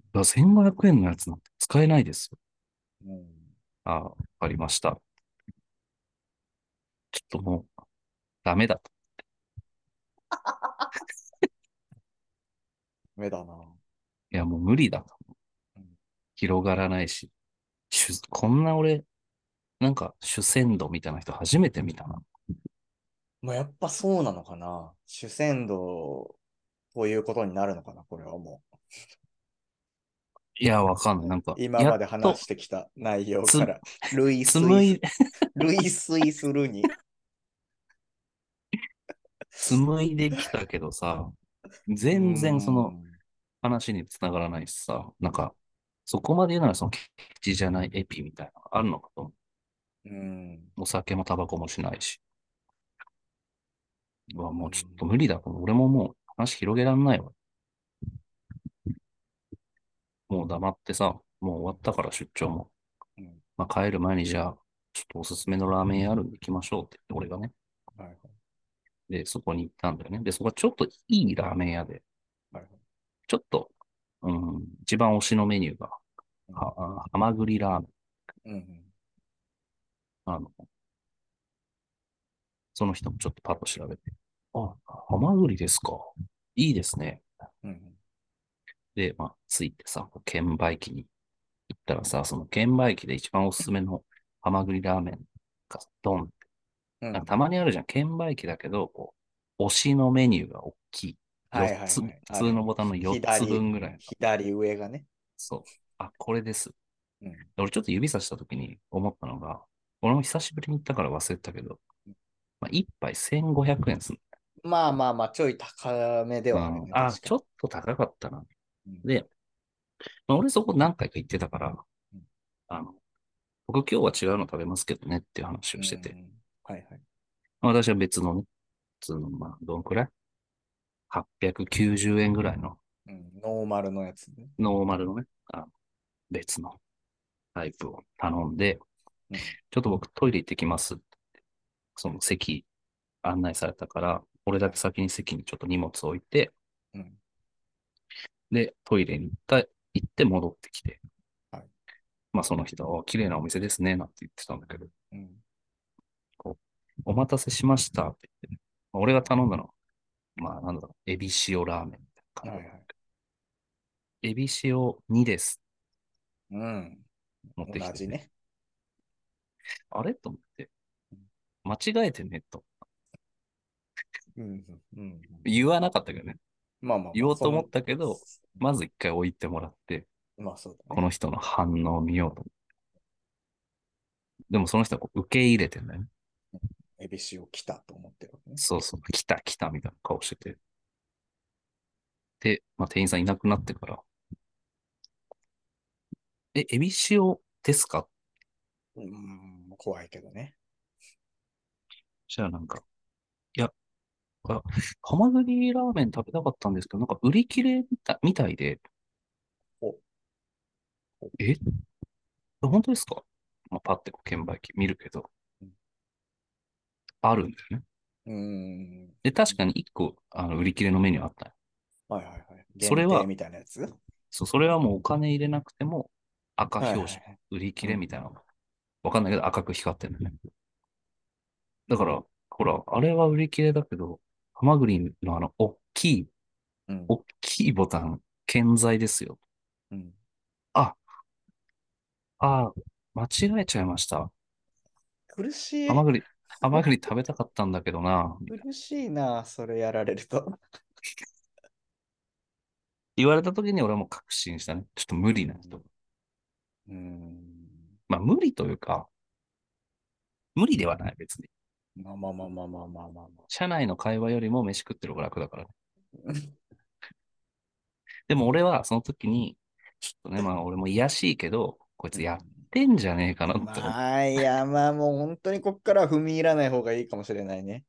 [SPEAKER 1] いや1500円のやつなんて使えないですよ。
[SPEAKER 2] うん。
[SPEAKER 1] ああ、わかりました。ちょっともう、ダメだと。
[SPEAKER 2] 目だな。
[SPEAKER 1] いや、もう無理だと。
[SPEAKER 2] うん。
[SPEAKER 1] 広がらないし。こんな俺、なんか主戦度みたいな人初めて見たな。
[SPEAKER 2] まあ、やっぱそうなのかな。主戦度ということになるのかな、これはもう。
[SPEAKER 1] いや、わかんない。なんか、
[SPEAKER 2] 今ま
[SPEAKER 1] やっと、
[SPEAKER 2] で話してきた内容
[SPEAKER 1] つ、
[SPEAKER 2] から類推す、
[SPEAKER 1] 紡い、
[SPEAKER 2] 類推するに。
[SPEAKER 1] 紡いできたけどさ、
[SPEAKER 2] うー
[SPEAKER 1] 全然その
[SPEAKER 2] ん。
[SPEAKER 1] 話につながらないしさ、なんか、そこまで言うならそのケチじゃないエピみたいなのがあるのかと思
[SPEAKER 2] うーん。
[SPEAKER 1] う。お酒もタバコもしないし。もうちょっ
[SPEAKER 2] うん。
[SPEAKER 1] と無理だ。俺ももう話広げらんないわ。もう黙ってさ、もう終わったから出張も。
[SPEAKER 2] うん。
[SPEAKER 1] まあ帰る前にじゃあ、ちょっとおすすめのラーメン屋あるんで行きましょうって言って、俺がね。
[SPEAKER 2] はいはい。
[SPEAKER 1] で、そこに行ったんだよね。で、そこはちょっといいラーメン屋で、
[SPEAKER 2] はいはい。
[SPEAKER 1] ちょっと、一番推しのメニューが、
[SPEAKER 2] うん。
[SPEAKER 1] ハマグリラーメン。
[SPEAKER 2] うん。
[SPEAKER 1] あの、その人もちょっとパッと調べて、あ、ハマグリですか。いいですね。
[SPEAKER 2] うん。
[SPEAKER 1] で、まあ、着いてさ、券売機に行ったらさ、その券売機で一番おすすめのハマグリラーメンがドンって。なんかた
[SPEAKER 2] うん。
[SPEAKER 1] まにあるじゃん。券売機だけど、推しのメニューが大きい。4つ、普
[SPEAKER 2] はいはいはい。あるね。
[SPEAKER 1] 通のボタンの4つ
[SPEAKER 2] 左、
[SPEAKER 1] 分ぐらいの。
[SPEAKER 2] 左上がね。
[SPEAKER 1] そう。あ、これです。
[SPEAKER 2] うん。
[SPEAKER 1] 俺ちょっと指さした時に思ったのが、俺も久しぶりに行ったから忘れてたけど、まあ、1杯1500円する。
[SPEAKER 2] まあまあまあ、ちょい高めで
[SPEAKER 1] うん。
[SPEAKER 2] はあるね。
[SPEAKER 1] あ、
[SPEAKER 2] 確かに。
[SPEAKER 1] ちょっと高かったな。
[SPEAKER 2] うん。
[SPEAKER 1] で、まあ、俺そこ何回か行ってたから、
[SPEAKER 2] うん
[SPEAKER 1] あの、僕今日は違うの食べますけどねっていう話
[SPEAKER 2] う
[SPEAKER 1] をしてて、
[SPEAKER 2] ん。はいはい。
[SPEAKER 1] まあ私は別のね、普通の、まあ、どんくらい ?890 円ぐらいの
[SPEAKER 2] うん。ノーマルのやつね。
[SPEAKER 1] ノーマルのね、別のタイプを頼んで、
[SPEAKER 2] うん。
[SPEAKER 1] ちょっと僕トイレ行ってきます。その席案内されたから、俺だ
[SPEAKER 2] はい。
[SPEAKER 1] け先に席にちょっと荷物置いて、
[SPEAKER 2] うん。
[SPEAKER 1] で、トイレに行って戻ってきて、
[SPEAKER 2] はい。
[SPEAKER 1] まあその人は、綺麗なお店ですね、なんて言ってたんだけど、
[SPEAKER 2] うん。
[SPEAKER 1] こお待たせしましたって言ってね、まあ俺が頼んだのは、まあなんだろう、エビ塩ラーメンみたいな感じだった。
[SPEAKER 2] はいはい。
[SPEAKER 1] エビ塩2です。
[SPEAKER 2] うん。
[SPEAKER 1] 持ってきてて。
[SPEAKER 2] 同じね。
[SPEAKER 1] あれと思って、
[SPEAKER 2] うん。
[SPEAKER 1] 間違えてねと。
[SPEAKER 2] うん。うん。
[SPEAKER 1] 言わなかったけどね。
[SPEAKER 2] まあまあまあ、
[SPEAKER 1] 言おうと思ったけど、まず一回置いてもらって、
[SPEAKER 2] まあそうだね。
[SPEAKER 1] この人の反応を見ようと思って。でもその人は受け入れてんだよね。
[SPEAKER 2] エビ塩来たと思ってるわけね。
[SPEAKER 1] そうそう、来た来たみたいな顔してて。で、まあ、店員さんいなくなってから、エビ塩ですか？
[SPEAKER 2] うん、怖いけどね。
[SPEAKER 1] じゃあなんか、いや、あハマグリラーメン食べたかったんですけど、なんか売り切れみたいで、
[SPEAKER 2] お、お、
[SPEAKER 1] え本当ですか？まあ、パッて券売機見るけど、あるんだよね。
[SPEAKER 2] うん。
[SPEAKER 1] で、確かに1個、売り切れのメニューあったよ。
[SPEAKER 2] はいはいはい。
[SPEAKER 1] それは、
[SPEAKER 2] 限定みたいなやつ。はい
[SPEAKER 1] そう、それはもうお金入れなくても赤
[SPEAKER 2] はい
[SPEAKER 1] 表示、
[SPEAKER 2] はい。
[SPEAKER 1] 売り切
[SPEAKER 2] うん。
[SPEAKER 1] れみたいなの。わかんないけど赤く光ってるんだよね。だから、ほら、あれは売り切れだけど、ハマグリの
[SPEAKER 2] うん。
[SPEAKER 1] 大きいボタン、健在ですよ。
[SPEAKER 2] うん。
[SPEAKER 1] あ、間違えちゃいました。
[SPEAKER 2] 苦しい。
[SPEAKER 1] ハマグリ、ハマグリ食べたかったんだけどな、みたいな。
[SPEAKER 2] 苦しいな、それやられると。
[SPEAKER 1] 言われた時に俺はもう確信したね。ちょっと無
[SPEAKER 2] うん。
[SPEAKER 1] 理な人。
[SPEAKER 2] うん。
[SPEAKER 1] まあ無理というか、無理ではない、別に。
[SPEAKER 2] まあまあまあまあまあまあまあまあ。
[SPEAKER 1] 社内の会話よりも飯食ってる方が楽だからね。でも俺はその時に、ちょっとね、まあ俺も癒やしいけど、こいつやっ
[SPEAKER 2] うん。
[SPEAKER 1] てんじゃねえかなって思って。
[SPEAKER 2] まあ、いや、まあもう本当にこっからは踏み入らない方がいいかもしれないね。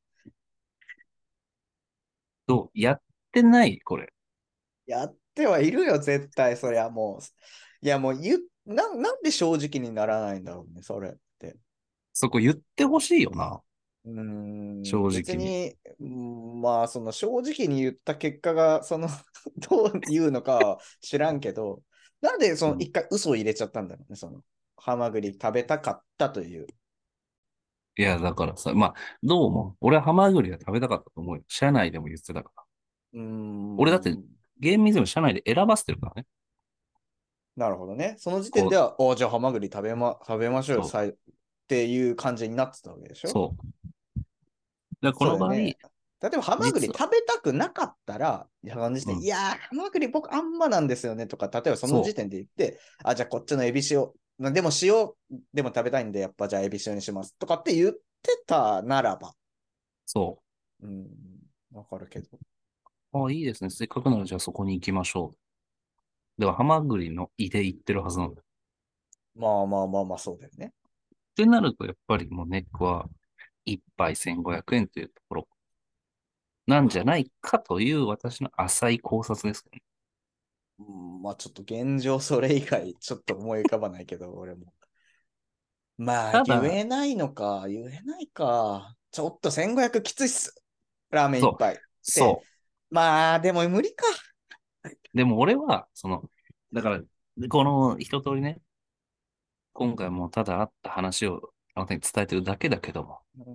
[SPEAKER 1] やってないこれ。
[SPEAKER 2] やってはいるよ、絶対、そりゃもう。いや、もうなんで正直にならないんだろうね、それって。
[SPEAKER 1] そこ言ってほしいよな。
[SPEAKER 2] 別
[SPEAKER 1] 正直に。
[SPEAKER 2] に、まあ、その正直に言った結果が、どう言うのかは知らんけど、なんでそ
[SPEAKER 1] うん。
[SPEAKER 2] の一回嘘を入れちゃったんだろうね、ハマグリ食べたかったという。
[SPEAKER 1] いや、だからさ、まあ、どう思う？俺はハマグリが食べたかったと思うよ。社内でも言ってたから。
[SPEAKER 2] うー
[SPEAKER 1] 俺だって、
[SPEAKER 2] ん、
[SPEAKER 1] 厳密にも社内で選ばせてるからね。
[SPEAKER 2] なるほどね。その時点
[SPEAKER 1] こう、
[SPEAKER 2] では、じゃあハマグリ食べましょうよ、
[SPEAKER 1] そう、
[SPEAKER 2] っていう感じになってたわけでしょ。
[SPEAKER 1] そう。この場合、
[SPEAKER 2] そうだよね。例えば、ハマグリ
[SPEAKER 1] 実は、
[SPEAKER 2] 食べたくなかったら、その時点で、い
[SPEAKER 1] うん、
[SPEAKER 2] やー、ハマグリ僕あんまなんですよねとか、例えばその時
[SPEAKER 1] そう、
[SPEAKER 2] 点で言って、じゃあこっちのエビ塩、でも塩でも食べたいんで、やっぱじゃあエビ塩にしますとかって言ってたならば、
[SPEAKER 1] そ
[SPEAKER 2] うん、わかるけど。
[SPEAKER 1] う。あ、いいですね。せっかくならじゃあそこに行きましょう。では、ハマグリの胃で行ってるはずなんだよ。
[SPEAKER 2] まあまあまあまあ、そうだよね。
[SPEAKER 1] ってなると、やっぱりもうネックは一杯1500円というところなんじゃないかという私の浅い考察ですね。
[SPEAKER 2] まあちょっと現状それ以外ちょっと思い浮かばないけど、俺も。まあ
[SPEAKER 1] ただ、
[SPEAKER 2] 言えないのか、言えないか。ちょっと1500きついっす。ラーメン一
[SPEAKER 1] そう、
[SPEAKER 2] 杯。で、
[SPEAKER 1] そ
[SPEAKER 2] まあでも無理か。
[SPEAKER 1] う。でも俺は、だから、この一通りね、今回もただあった話をあなたに伝えてるだけだけども、
[SPEAKER 2] うん。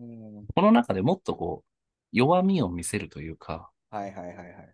[SPEAKER 1] この中でもっと弱みを見せるというか、
[SPEAKER 2] はいはいはいはい。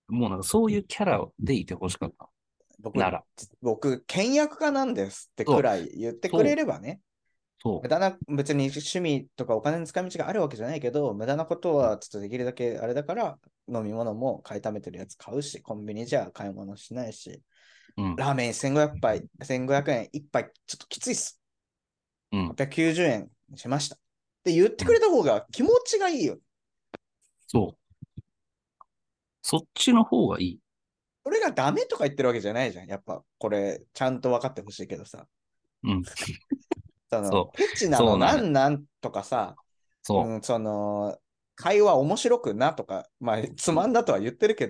[SPEAKER 1] もうなんかそういうキャラでいてほしかった。な
[SPEAKER 2] 僕、
[SPEAKER 1] ら。
[SPEAKER 2] 僕、倹約家なんですってく
[SPEAKER 1] そう、
[SPEAKER 2] らい言ってくれ
[SPEAKER 1] そう、
[SPEAKER 2] ればね、
[SPEAKER 1] そ
[SPEAKER 2] 別に趣味とかお金の使い道があるわけじゃないけど、無駄なことはちょっとできるだけあれだから、飲み物も買いためてるやつ買うし、コンビニじゃ買い物しないし、
[SPEAKER 1] う。うん、
[SPEAKER 2] ラーメン1500円一杯ちょっときついっす。
[SPEAKER 1] うん、
[SPEAKER 2] 890円にしました。って言って
[SPEAKER 1] うん。
[SPEAKER 2] くれた方が気持ちがいいよ。
[SPEAKER 1] そう。そっちの方がいい。
[SPEAKER 2] それがダメとか言ってるわけじゃないじゃん。やっぱ、これ、ちゃんと分かってほしいけどさ。
[SPEAKER 1] うん。そう。
[SPEAKER 2] ケチなの
[SPEAKER 1] そうなのよ。
[SPEAKER 2] なんなんとかさ、
[SPEAKER 1] そ
[SPEAKER 2] 会話面白くなとか、まあ、つまんだとは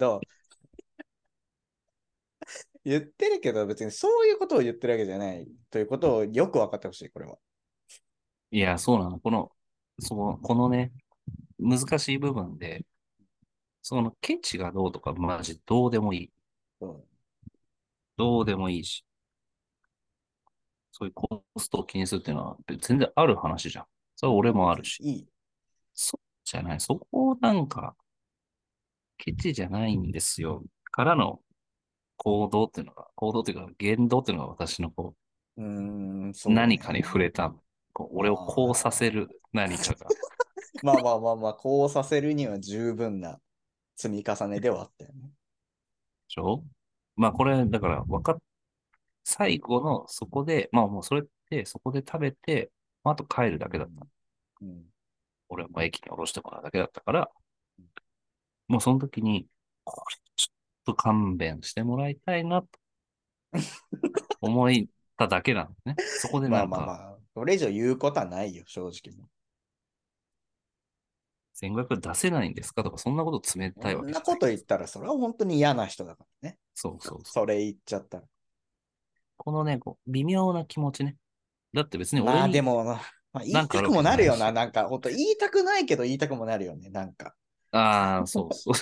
[SPEAKER 2] 言ってるけど、別にそういうことを言ってるわけじゃないということをよく分かってほしい、これは。
[SPEAKER 1] う。いや、そうなの。このね、難しい部分で、そのケチがどうとか、マジどうでもいい。
[SPEAKER 2] そ
[SPEAKER 1] どうでもいいし、そういうコストを気にするっていうのは全然ある話じゃん。それは俺
[SPEAKER 2] う、別に
[SPEAKER 1] もあるし。
[SPEAKER 2] いい。
[SPEAKER 1] そうじゃない。そこをなんか、ケチじゃないんですよ。からの行動っていうか、言動っていうのが私の
[SPEAKER 2] そう
[SPEAKER 1] 何かに触
[SPEAKER 2] ね。
[SPEAKER 1] れた。俺をこうさ
[SPEAKER 2] ああ。
[SPEAKER 1] せる何かが。で
[SPEAKER 2] まあまあまあまあ、こうさせるには十分な積み重ねではあったよね。
[SPEAKER 1] しょ。まあこれ、だから最後のそこで、まあもうそれってそこで食べて、まああと帰るだけだった。
[SPEAKER 2] うん。
[SPEAKER 1] 俺はもう駅に降ろしてもらうだけだったから、もうその時に、これちょっと勘弁してもらいたいなと思っただけなんですね。そこで
[SPEAKER 2] まあ
[SPEAKER 1] なんか、
[SPEAKER 2] まあまあ、これ以上言うことはないよ、正直も。
[SPEAKER 1] 1500出せないんですかとか、そんなこと冷
[SPEAKER 2] こ
[SPEAKER 1] たいわ
[SPEAKER 2] んなこと
[SPEAKER 1] けじゃない。
[SPEAKER 2] 言ったら、それは本当に嫌な人だからね。
[SPEAKER 1] そうそうそう。
[SPEAKER 2] それ言っちゃったら。
[SPEAKER 1] このね、微妙な気持ちね。だって別に俺に
[SPEAKER 2] まあでも、まあ、言
[SPEAKER 1] なんかあるわけ
[SPEAKER 2] いたくも
[SPEAKER 1] じゃないし。
[SPEAKER 2] なるよな。なんか、本当言いたくないけど言いたくもなるよね。なんか。
[SPEAKER 1] ああ、そうそう。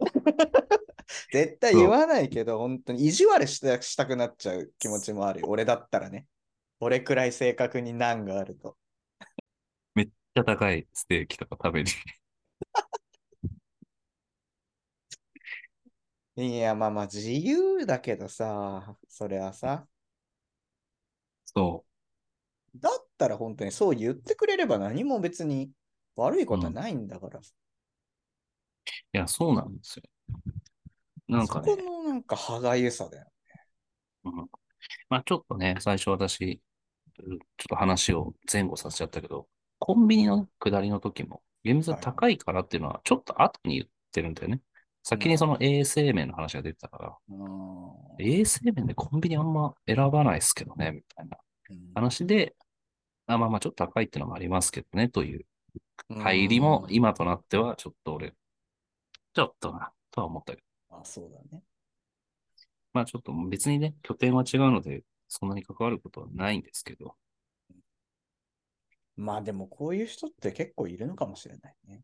[SPEAKER 2] 絶対言
[SPEAKER 1] そう。
[SPEAKER 2] わないけど、本当に意地悪したくなっちゃう気持ちもあるよ。俺だったらね。俺くらい正確に難があると。
[SPEAKER 1] めっちゃ高いステーキとか食べに。
[SPEAKER 2] いや、まあまあ、自由だけどさ、それはさ、
[SPEAKER 1] そ
[SPEAKER 2] だったら本当にそう言ってくれれば何も別に悪い
[SPEAKER 1] う。
[SPEAKER 2] ことは
[SPEAKER 1] うん。
[SPEAKER 2] ないんだから。
[SPEAKER 1] いや、そうなんですよ。なん
[SPEAKER 2] そこ
[SPEAKER 1] かね、
[SPEAKER 2] のなんか歯がゆさだよ。
[SPEAKER 1] うん、まあちょっとね、最初私、ちょっと話を前後させちゃったけど、コンビニの下りの時も、厳密に
[SPEAKER 2] はいはい。
[SPEAKER 1] 高いからっていうのは、ちょっと後に言ってるんだよね。先にその
[SPEAKER 2] なるほど。
[SPEAKER 1] 衛生面の話が出てたから、
[SPEAKER 2] うーん。
[SPEAKER 1] 衛生面でコンビニあんま選ばないですけどね、みたいな話で、まあまあちょっと高いっていうのもありますけどね、という
[SPEAKER 2] うー
[SPEAKER 1] 入りも今
[SPEAKER 2] ん。
[SPEAKER 1] となってはちょっと俺、ちょっとな、とは思ったけど。
[SPEAKER 2] あ、そうだね。
[SPEAKER 1] まあちょっと別にね、拠点は違うので、そんなに関わることはないんですけど。
[SPEAKER 2] まあでもこういう人って結構いるのかもしれないね。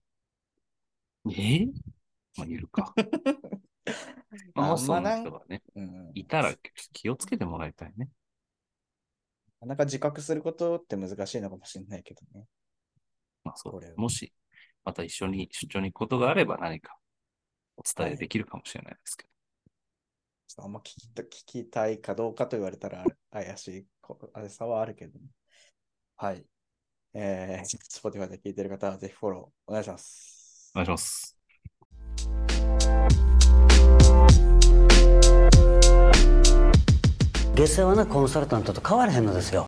[SPEAKER 1] まあいるか。まあ
[SPEAKER 2] あ
[SPEAKER 1] もしそんな
[SPEAKER 2] んまなん、
[SPEAKER 1] 人がね、
[SPEAKER 2] うん。
[SPEAKER 1] いたら気をつけてもらいたいね。
[SPEAKER 2] なかなか自覚することって難しいのかもしれないけどね。
[SPEAKER 1] まあそう。
[SPEAKER 2] これは。
[SPEAKER 1] もし、また一緒に出張に行くことがあれば何かお
[SPEAKER 2] はい。
[SPEAKER 1] 伝えできるかもしれないですけど。
[SPEAKER 2] ちょっとあんま聞きたいかどうかと言われたら怪しいあれさはあるけどね。はい。Spotify で聞いてる方はぜひフォローお願いします。
[SPEAKER 1] お願いします。
[SPEAKER 3] 下世話なコンサルタントと変わらへんのですよ。